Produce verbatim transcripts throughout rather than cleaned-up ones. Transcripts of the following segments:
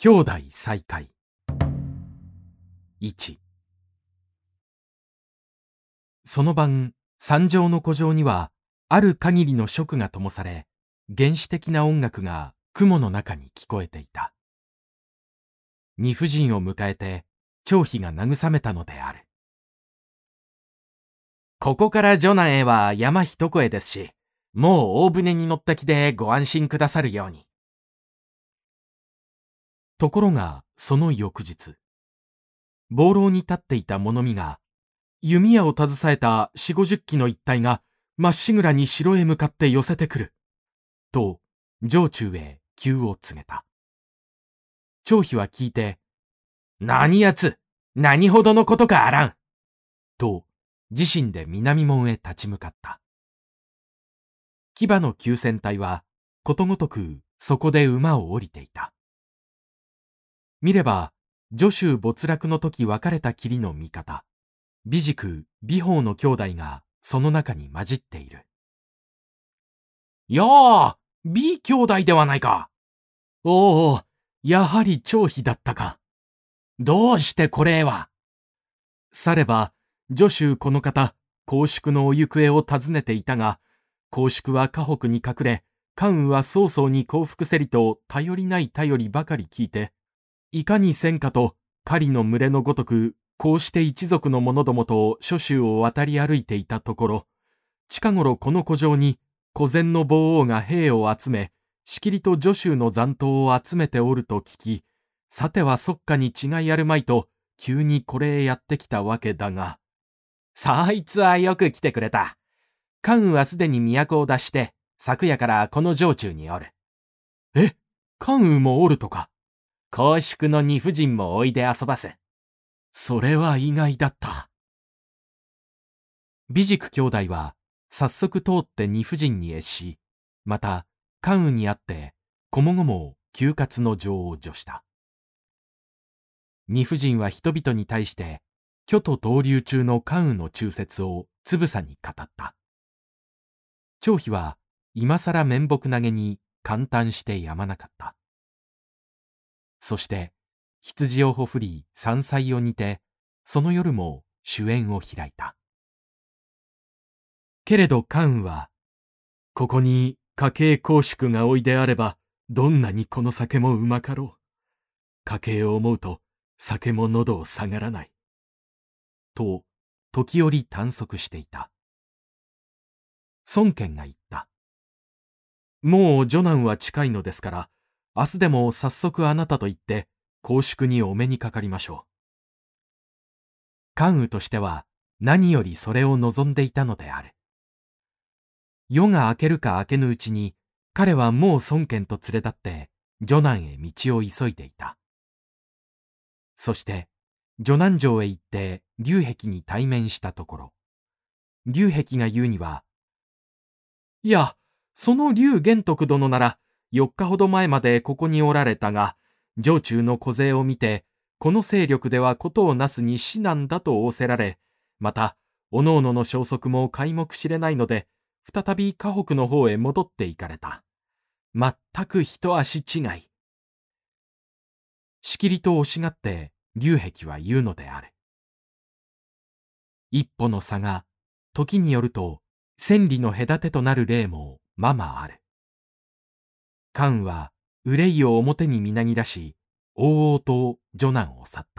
兄弟再会。いち。その晩、山上の古城には、ある限りの燭が灯され、原始的な音楽が雲の中に聞こえていた。二婦人を迎えて、張飛が慰めたのである。ここから女南へは山一越えですし、もう大船に乗った気でご安心くださるように。ところが、その翌日、傍楼に立っていた物見が、弓矢を携えた四五十騎の一隊がまっしぐらに城へ向かって寄せてくる。と、城中へ急を告げた。張飛は聞いて、何やつ、何ほどのことかあらん。と、自身で南門へ立ち向かった。騎馬の急戦隊は、ことごとくそこで馬を降りていた。見れば、徐州没落の時別れたきりの味方、美塾、美宝の兄弟がその中に混じっている。やあ、美兄弟ではないか。おお、やはり張飛だったか。どうしてこれへは。されば、徐州この方、公宿のお行方を尋ねていたが、公宿は河北に隠れ、関羽は曹操に降伏せりと頼りない頼りばかり聞いて、いかにせんかと狩りの群れのごとく、こうして一族の者どもと諸州を渡り歩いていたところ、近頃この古城に古前の坊王が兵を集め、しきりと徐州の残党を集めておると聞き、さてはそっかに違いあるまいと、急にこれへやってきたわけだが、そいつはよく来てくれた。関羽はすでに都を脱して、昨夜からこの城中におる。え、関羽もおるとか。公宿の二婦人もおいで遊ばす。それは意外だった。美塾兄弟は早速通って二婦人に会し、また関羽に会ってこもごも休活の情を叙した。二婦人は人々に対して虚と同流中の関羽の忠説をつぶさに語った。張飛は今更面目投げに感嘆してやまなかった。そして羊をほふり山菜を煮て、その夜も酒宴を開いた。けれど関羽は、ここに家計公宿がおいであれば、どんなにこの酒もうまかろう。家計を思うと酒も喉を下がらない。と、時折短足していた。孫権が言った。もう女南は近いのですから、明日でも早速あなたと言って、公宿にお目にかかりましょう。関羽としては何よりそれを望んでいたのである。夜が明けるか明けぬうちに、彼はもう孫権と連れ立って女南へ道を急いでいた。そして女南城へ行って龍壁に対面したところ、龍壁が言うには、いや、その龍玄徳殿ならよっかほど前までここにおられたが、城中の小勢を見て、この勢力ではことをなすに至難だと仰せられ、また、おのおのの消息も皆目知れないので、再び河北の方へ戻って行かれた。まったく一足違い。しきりと惜しがって龍壁は言うのである。一歩の差が、時によると、千里の隔てとなる例もままある。関羽は、憂いを表にみなぎらし、おうおうと女南を去った。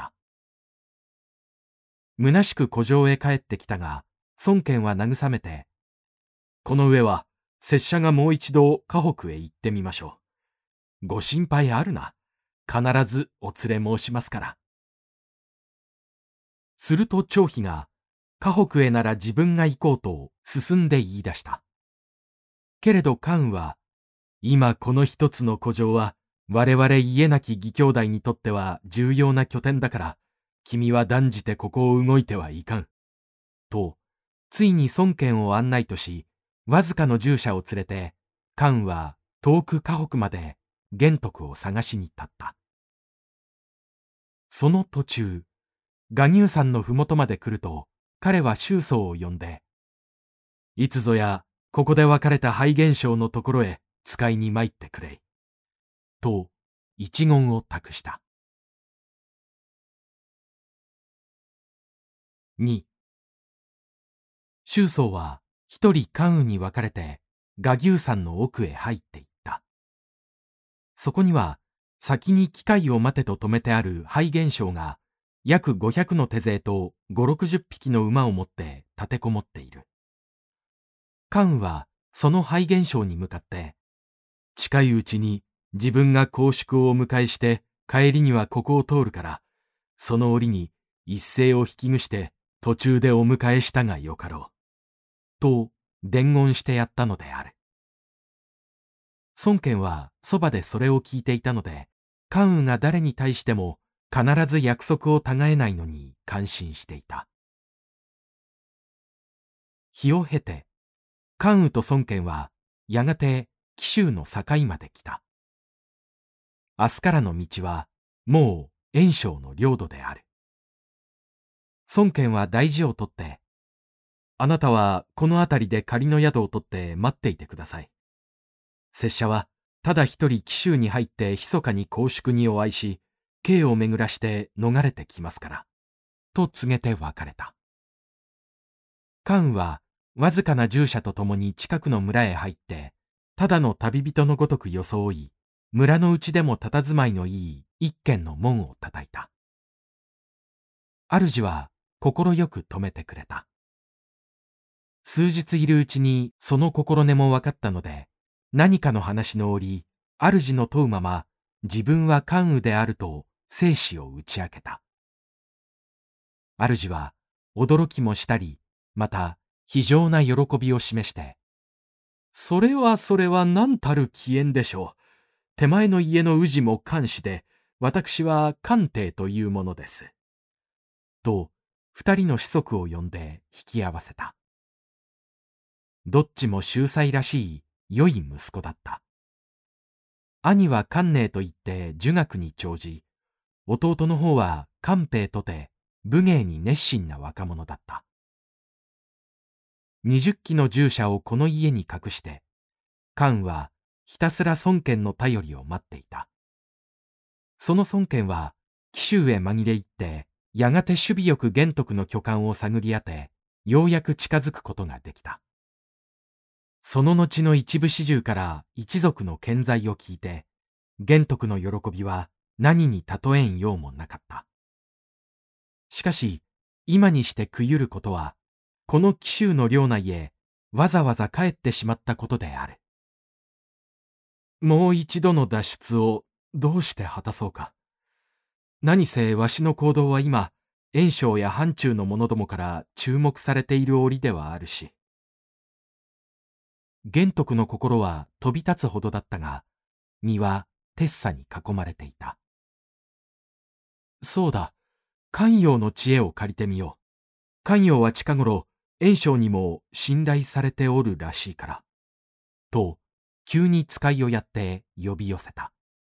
虚しく古城へ帰ってきたが、孫権は慰めて、この上は拙者がもう一度河北へ行ってみましょう。ご心配あるな。必ずお連れ申しますから。すると張飛が、河北へなら自分が行こうと進んで言い出した。けれど関羽は、今この一つの古城は、我々家なき義兄弟にとっては重要な拠点だから、君は断じてここを動いてはいかん。と、ついに孫権を案内とし、わずかの従者を連れて、関羽は遠く河北まで玄徳を探しに立った。その途中、臥牛山のふもとまで来ると、彼は周宗を呼んで、いつぞやここで別れた拝元将のところへ使いに参ってくれ。と一言を託した。に、周宗は一人関羽に分かれて臥牛山の奥へ入っていった。そこには先に機械を待てと止めてある拝元将が約ごひゃくの手勢とご、ろくじゅっぴきの馬を持って立てこもっている。関羽はその拝元将に向かって、近いうちに自分が公祝をお迎えして帰りにはここを通るから、その折に一斉を引きぐして途中でお迎えしたがよかろう。と伝言してやったのである。孫権はそばでそれを聞いていたので、関羽が誰に対しても必ず約束を違えないのに感心していた。日を経て、関羽と孫権はやがて紀州の境まで来た。明日からの道はもう袁紹の領土である。孫権は大事をとって、あなたはこの辺りで仮の宿を取って待っていてください。拙者はただ一人紀州に入って密かに公祝にお会いし、京を巡らして逃れてきますから、と告げて別れた。関羽はわずかな従者と共に近くの村へ入って、ただの旅人のごとく装い、村のうちでも佇まいのいい一軒の門を叩いた。主は心よく止めてくれた。数日いるうちにその心根も分かったので、何かの話の折、主の問うまま、自分は関羽であると生死を打ち明けた。主は驚きもしたり、また非常な喜びを示して、それはそれは何たる奇縁でしょう。手前の家の氏も関氏で、私は関帝というものです。と、二人の子息を呼んで引き合わせた。どっちも秀才らしい良い息子だった。兄は関寧といって儒学に長じ、弟の方は関平とて武芸に熱心な若者だった。二十騎の従者をこの家に隠して、関羽はひたすら孫権の便りを待っていた。その孫権は紀州へ紛れ入って、やがて守備よく玄徳の居館を探り当て、ようやく近づくことができた。その後の一部始終から一族の健在を聞いて、玄徳の喜びは何に例えんようもなかった。しかし、今にして悔ゆることは、この紀州の領内へわざわざ帰ってしまったことである。もう一度の脱出をどうして果たそうか。何せわしの行動は今、袁紹や範中の者どもから注目されている折ではあるし。玄徳の心は飛び立つほどだったが、身は鉄鎖に囲まれていた。そうだ、関陽の知恵を借りてみよう。関陽は近頃、袁紹にも信頼されておるらしいから。と、急に使いをやって呼び寄せた。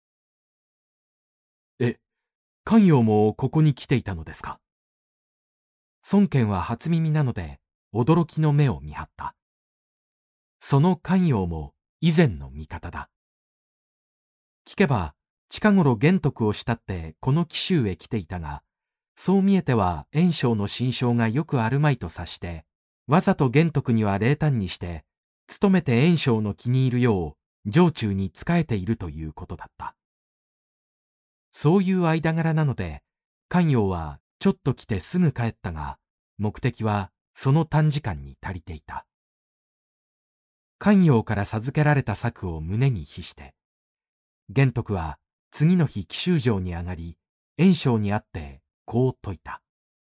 え、関陽もここに来ていたのですか。孫権は初耳なので、驚きの目を見張った。その関陽も以前の味方だ。聞けば、近頃玄徳を慕ってこの紀州へ来ていたが、そう見えては袁紹の心象がよくあるまいと察して、わざと玄徳には冷淡にして、努めて袁紹の気に入るよう、城中に仕えているということだった。そういう間柄なので、関陽はちょっと来てすぐ帰ったが、目的はその短時間に足りていた。関陽から授けられた策を胸に秘して、玄徳は次の日紀州城に上がり、袁紹に会ってこう説いた。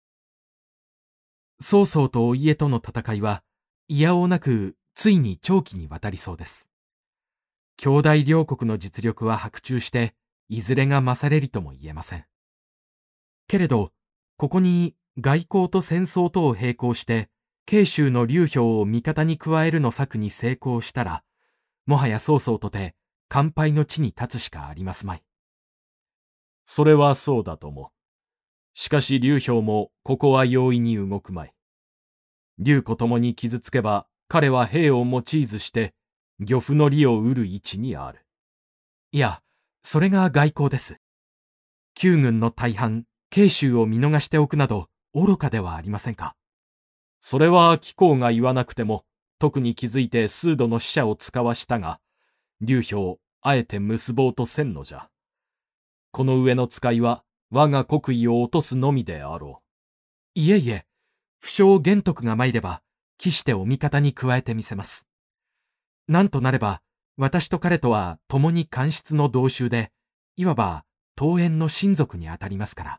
曹操とお家との戦いは、いやおうなくついに長期にわたりそうです。兄弟両国の実力は伯仲して、いずれが勝れりとも言えません。けれど、ここに外交と戦争とを並行して、慶州の劉氷を味方に加えるの策に成功したら、もはや曹操とて完敗の地に立つしかありますまい。それはそうだとも。しかし劉氷もここは容易に動くまい。劉子ともに傷つけば彼は兵を用いずして漁夫の利を得る位置にある。いや、 それが外交です。旧軍の大半、慶州を見逃しておくなど愚かではありませんか。 それは貴公が言わなくても、特に気づいて数度の使者を使わしたが、劉氷、あえて結ぼうとせんのじゃ。この上の使いは、我が国威を落とすのみであろう。いえいえ、不肖玄徳が参れば、期してお味方に加えてみせます。なんとなれば、私と彼とは共に官室の同宗で、いわば東園の親族にあたりますから。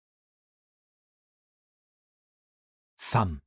さん。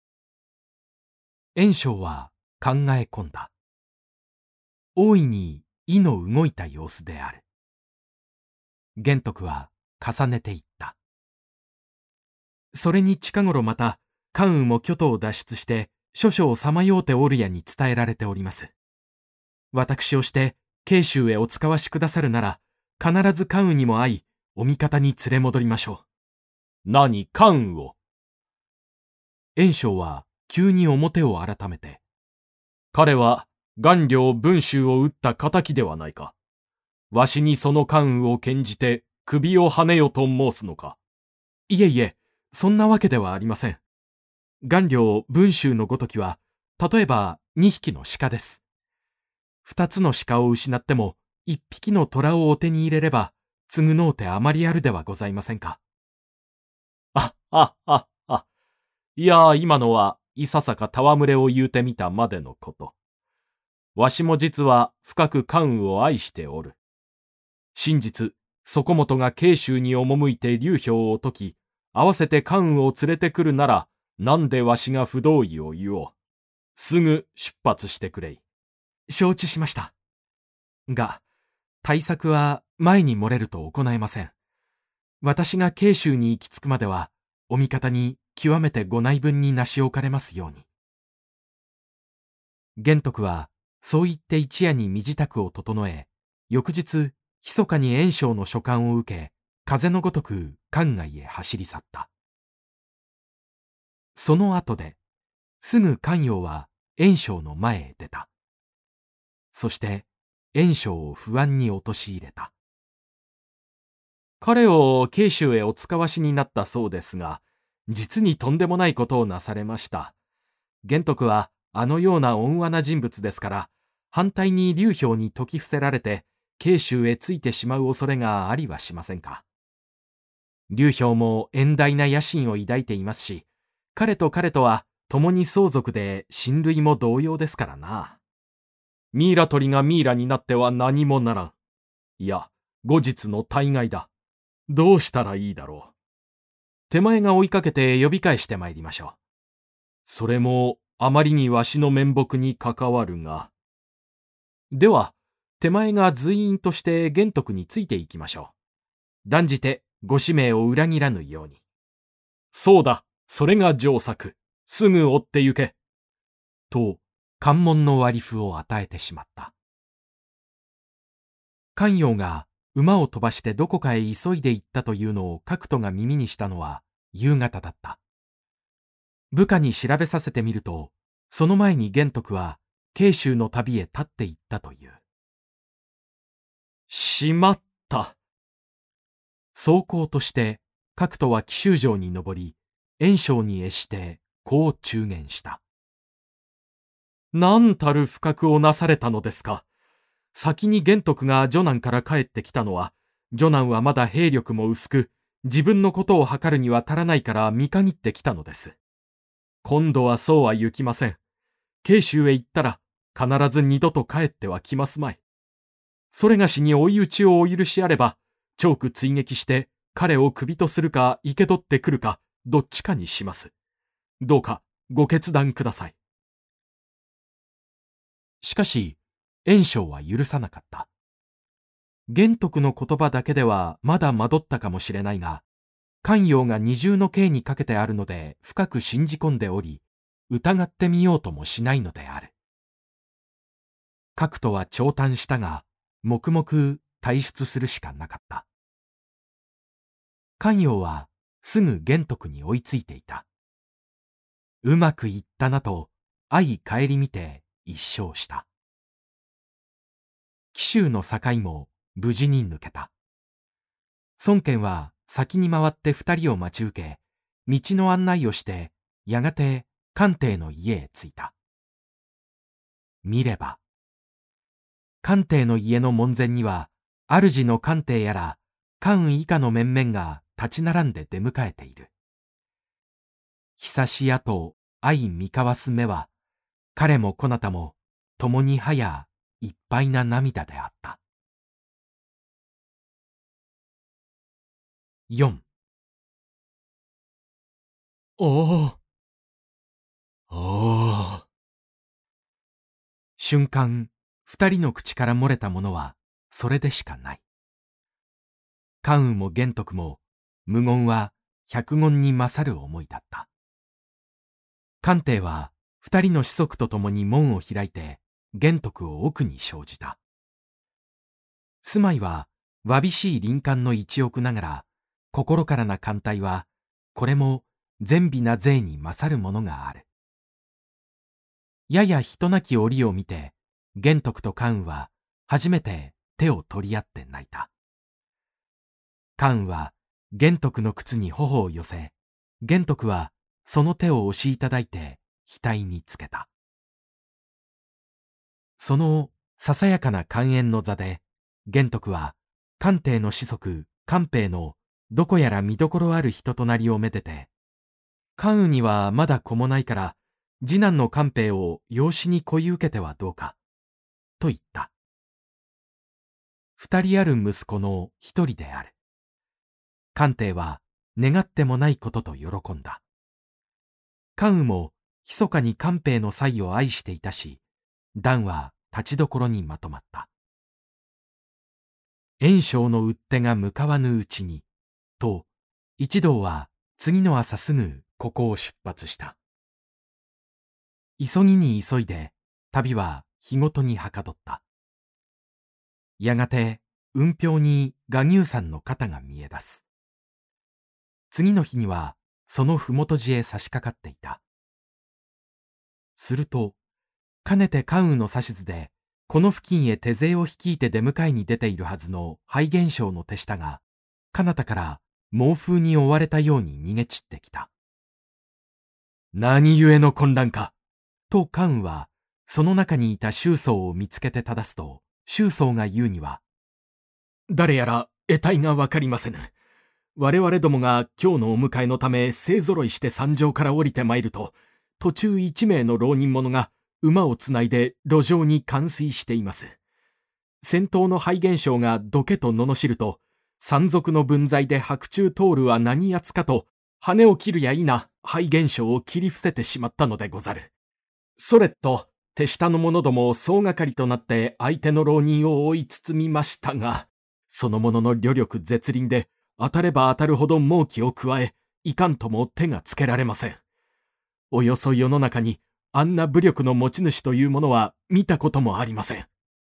袁紹は考え込んだ。大いに意の動いた様子である。玄徳は重ねていった。それに近頃また関羽も京都を脱出して諸々をさまようておるやに伝えられております。私をして慶州へお使わしくださるなら、必ず関羽にも会い、お味方に連れ戻りましょう。何、関羽を。 袁紹は急に表を改めて、 彼は顔料文州を撃った仇ではないか。わしにその関羽を献じて首をはねよと申すのか。 いえいえ、そんなわけではありません。顔料文州のごときは、例えばにひきの鹿です。二つの鹿を失っても、一匹の虎をお手に入れれば、償うてあまりあるではございませんか。 あ、あ、あ、あ。いや、今のはいささか戯れを言うてみたまでのこと。わしも実は深く関羽を愛しておる。真実、そこもとが慶州に赴いて劉氷を解き、合わせて関羽を連れてくるなら、なんでわしが不同意を言おう。すぐ出発してくれい。 承知しました。が、対策は前に漏れると行えません。私が慶州に行き着くまでは、お味方に極めてご内分になし置かれますように。玄徳は、そう言って一夜に身支度を整え、翌日、密かに袁紹の書簡を受け、風のごとく関外へ走り去った。その後で、すぐ関陽は袁紹の前へ出た。そして、袁紹を不安に陥れた。 彼を慶州へお使わしになったそうですが、実にとんでもないことをなされました。玄徳はあのような温和な人物ですから、反対に劉氷に説き伏せられて、慶州へついてしまう恐れがありはしませんか。劉氷も遠大な野心を抱いていますし、彼と彼とは共に相続で親類も同様ですからな。ミイラ取りがミイラになっては何もならん。いや、後日の大概だ。どうしたらいいだろう。 手前が追いかけて呼び返してまいりましょう。 それもあまりにわしの面目に関わるが。 では、手前が随員として玄徳についていきましょう。断じてご使命を裏切らぬように。 そうだ、それが上策。すぐ追って行け。 と、関門の割り符を与えてしまった。関陽が馬を飛ばしてどこかへ急いで行ったというのを角人が耳にしたのは夕方だった。部下に調べさせてみると、その前に玄徳は慶州の旅へ立って行ったという。 しまった。 走行として角人は紀州城に上り、袁紹に謁してこう中言した。 何たる不覚をなされたのですか。 先に玄徳が女難から帰ってきたのは、女難はまだ兵力も薄く、自分のことを図るには足らないから見限ってきたのです。 今度はそうは行きません。 慶州へ行ったら、必ず二度と帰ってはきますまい。それがしに追い打ちをお許しあれば、長く追撃して、彼を首とするか生け取ってくるか、どっちかにします。どうか、ご決断ください。しかし、袁紹は許さなかった。玄徳の言葉だけではまだ惑ったかもしれないが、関陽が二重の刑にかけてあるので深く信じ込んでおり、疑ってみようともしないのである。角人は長嘆したが、黙々退出するしかなかった。関陽はすぐ玄徳に追いついていた。うまくいったなと相顧みて一笑した。紀州の境も無事に抜けた。孫権は先に回って二人を待ち受け、道の案内をして、やがて関帝の家へ着いた。見れば、関帝の家の門前には、主の関帝やら関羽以下の面々が立ち並んで出迎えている。久しやと相見交わす目は、彼もこなたも共にはやいっぱいな涙であった。よん。 おお。おお。 瞬間、二人の口から漏れたものはそれでしかない。関羽も玄徳も無言は百言に勝る思いだった。関帝は二人の子息と共に門を開いて玄徳を奥に生じた。住まいはわびしい林間の一億ながら、心からな艦隊はこれも善美な税に勝るものがある。やや人なき折を見て、玄徳と関羽は初めて手を取り合って泣いた。関羽は玄徳の靴に頬を寄せ、玄徳はその手を押しいただいて額につけた。そのささやかな寛延の座で、玄徳は関帝の子息関平のどこやら見どころある人となりをめでて、関羽にはまだ子もないから次男の関平を養子に恋受けてはどうか、と言った。二人ある息子の一人である。関帝は願ってもないことと喜んだ。関羽も密かに関平の妻を愛していたし、段は立ちどころにまとまった。袁紹の追っ手が向かわぬうちに、と一同は次の朝すぐここを出発した。急ぎに急いで旅は日ごとにはかどった。やがて雲氷に臥牛山の肩が見え出す。次の日にはそのふもと地へ差し掛かっていた。すると、かねて関羽の指図でこの付近へ手勢を率いて出迎えに出ているはずの敗元将の手下が、彼方から猛風に追われたように逃げ散ってきた。何故の混乱か、と関羽はその中にいた周宗を見つけて正すと、周宗が言うには、 誰やら得体がわかりませぬ。我々どもが今日のお迎えのため勢ぞろいして山上から降りて参ると、途中一名の浪人者が馬をつないで路上に冠水しています。先頭の敗元将がどけと罵ると、山賊の分際で白昼通るは何やつかと、羽を切るや否敗元将を切り伏せてしまったのでござる。それと手下の者ども総がかりとなって相手の浪人を追い包みましたが、その者の旅力絶倫で、当たれば当たるほど猛気を加え、いかんとも手がつけられません。およそ世の中にあんな武力の持ち主というものは見たこともありません。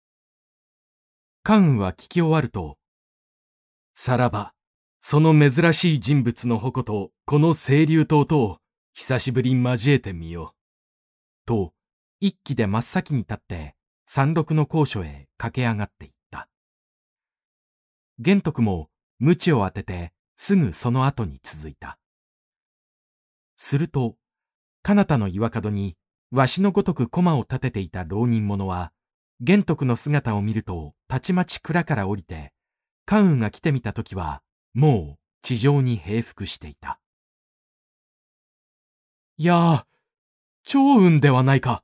関羽は聞き終わると、 さらば、その珍しい人物の矛とこの清流刀とを久しぶりに交えてみよう。 と、一気で真っ先に立って山麓の高所へ駆け上がっていった。玄徳も鞭を当ててすぐその後に続いた。すると、彼方の岩角にわしのごとく駒を立てていた浪人者は、玄徳の姿を見るとたちまち蔵から降りて、関羽が来てみたときはもう地上に平伏していた。 いやあ、趙雲ではないか。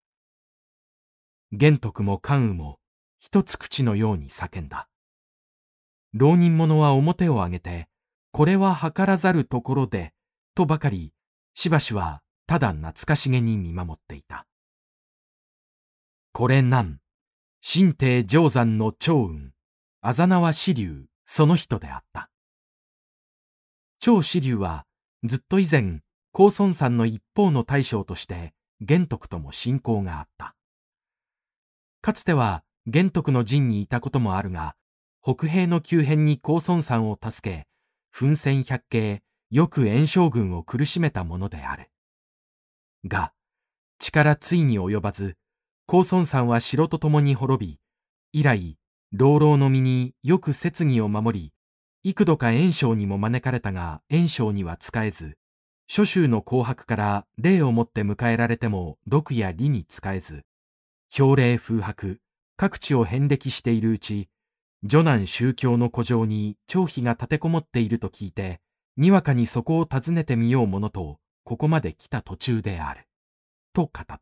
玄徳も関羽も一つ口のように叫んだ。浪人者は面を上げて、これは計らざるところで、とばかり、しばしはただ懐かしげに見守っていた。これなん、神帝定山の趙雲、あざなは紫龍、その人であった。趙紫龍は、ずっと以前、公孫山の一方の大将として、玄徳とも親交があった。かつては、玄徳の陣にいたこともあるが、北平の急変に公孫山を助け、奮戦百景、よく袁紹軍を苦しめたものである。が、力ついに及ばず、公孫山は城と共に滅び、以来、 老老の身によく節義を守り、幾度か袁紹にも招かれたが袁紹には仕えず、諸州の紅白から礼をもって迎えられても禄や利に仕えず、表礼風白、各地を遍歴しているうち、女難宗教の古城に張飛が立てこもっていると聞いて、にわかにそこを訪ねてみようものと、ここまで来た途中である。と語った。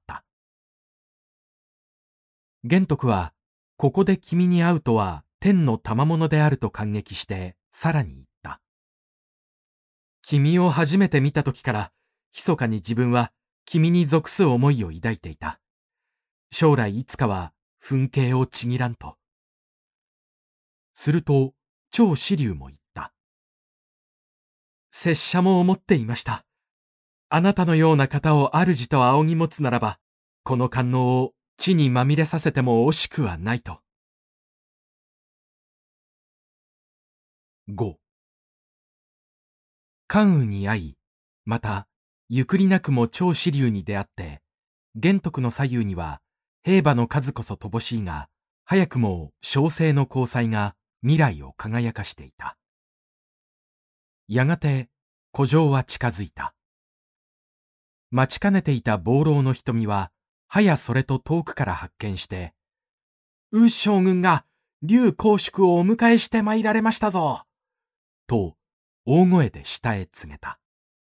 玄徳は、ここで君に会うとは天の賜物であると感激して、さらに言った。君を初めて見た時から、密かに自分は君に属す思いを抱いていた。将来いつかは憤敬をちぎらんと。すると、張子龍も言った。拙者も思っていました。あなたのような方を主と仰ぎ持つならば、この官能を地にまみれさせても惜しくはないと。ご. 関羽に会い、また、ゆくりなくも張子龍に出会って、玄徳の左右には、兵馬の数こそ乏しいが、早くも小生の交際が未来を輝かしていた。やがて、古城は近づいた。待ちかねていた望楼の瞳は、はやそれと遠くから発見して、羽将軍が劉公祝をお迎えして参られましたぞと、大声で下へ告げた。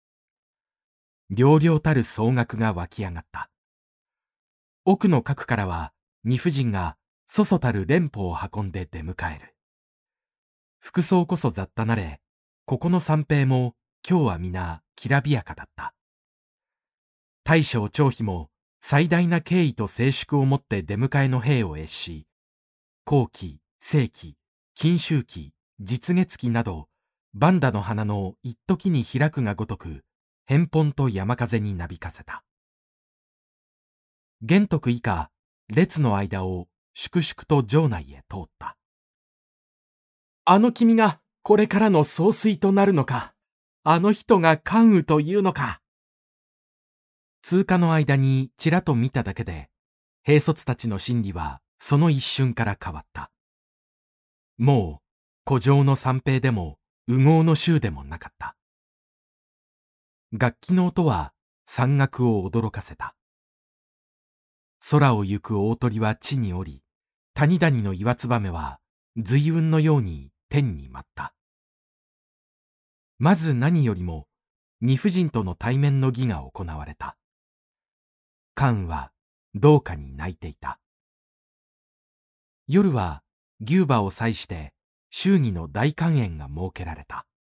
寥々たる総額が湧き上がった。奥の角からは、二夫人がそそたる連歩を運んで出迎える。服装こそ雑多なれ、ここの三兵も今日は皆きらびやかだった。大将張飛も最大な敬意と静粛をもって出迎えの兵を謁し、後期、正期、金秋期、実月期など、万打の花の一時に開くがごとく、返本と山風になびかせた。玄徳以下、列の間を粛々と城内へ通った。あの君がこれからの総帥となるのか、あの人が関羽というのか。通過の間にちらと見ただけで、兵卒たちの心理はその一瞬から変わった。もう、古城の三兵でも、烏合の衆でもなかった。楽器の音は山岳を驚かせた。空を行く大鳥は地に降り、谷々の岩燕は随雲のように天に舞った。まず何よりも、二夫人との対面の儀が行われた。関羽は廊下に泣いていた。夜は牛馬を祭して祝儀の大観宴が設けられた。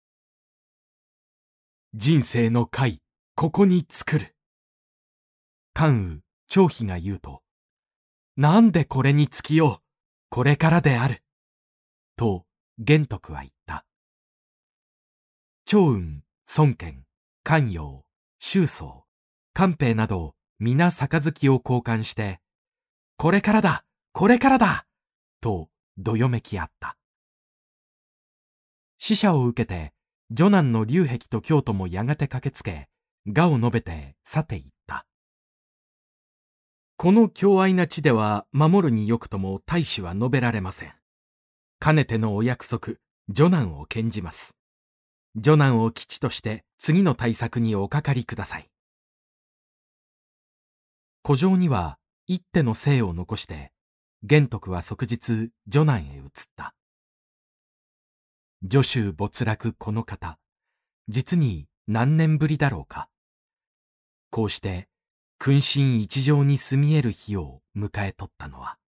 人生の会、ここに作る。関羽、張飛が言うと、なんでこれにつきよう、これからである。と玄徳は言った。趙雲、孫権、関陽、周宗、関平など皆杯を交換して、これからだ、これからだとどよめきあった。使者を受けて、女難の劉壁と京都もやがて駆けつけ、賀を述べて去っていった。この強愛な地では守るによくとも大使は述べられません。かねてのお約束、女難を献じます。女難を基地として次の対策におかかりください。古城には一手の生を残して、玄徳は即日女難へ移った。女衆没落この方、実に何年ぶりだろうか。こうして君臣一条に住み得る日を迎え取ったのは。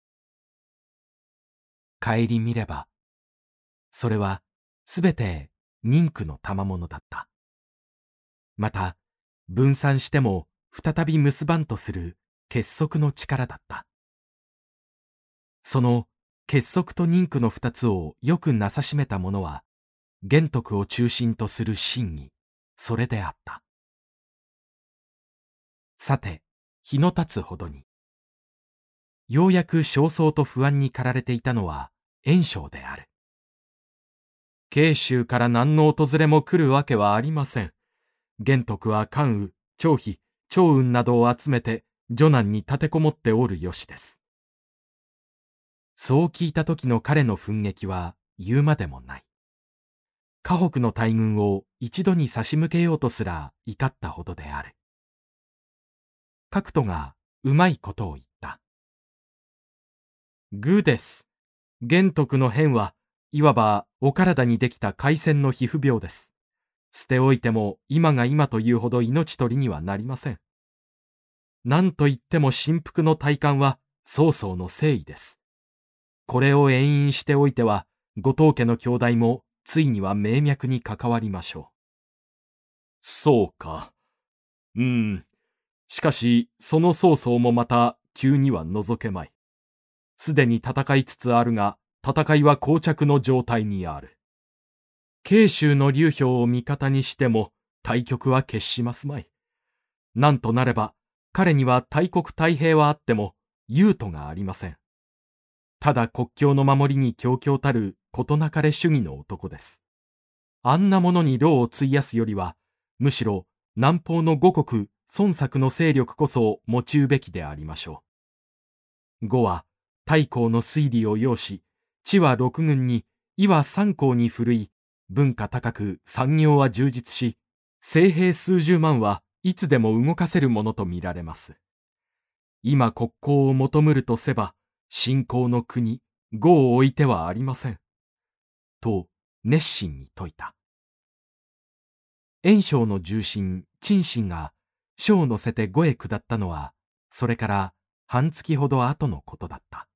顧みれば、それはすべて人苦の賜物だった。また、分散しても再び結ばんとする結束の力だった。その結束と人苦の二つをよくなさしめたものは、玄徳を中心とする真偽、それであった。さて、日の経つほどに。ようやく焦燥と不安に駆られていたのは袁紹である。慶州から何の訪れも来るわけはありません。玄徳は関羽、張飛、趙雲などを集めて女難に立てこもっておる由です。 そう聞いた時の彼の憤激は言うまでもない。河北の大軍を一度に差し向けようとすら怒ったほどである。角斗がうまいことを言った。愚です。玄徳の変はいわばお体にできた海鮮の皮膚病です。捨ておいても今が今というほど命取りにはなりません。何と言っても神腹の体幹は曹操の誠意です。これを延々しておいては後藤家の兄弟もついには命脈に関わりましょう。 そうか。うーん。しかし、その曹操もまた急には覗けまい。すでに戦いつつあるが、戦いは膠着の状態にある。慶州の劉氷を味方にしても、対局は決しますまい。なんとなれば、彼には大国太平はあっても、勇斗がありません。ただ国境の守りに強々たる事なかれ主義の男です。あんなものに労を費やすよりは、むしろ南方の五国孫作の勢力こそ用うべきでありましょう。呉は太閤の推理を要し、地は六軍に、伊は三公に振るい、文化高く産業は充実し、精兵数十万はいつでも動かせるものと見られます。今国交を求むるとせば、信仰の国、呉を置いてはありません。と熱心に説いた。袁紹の重臣、陳信が書を乗せて呉へ下ったのは、それから半月ほど後のことだった。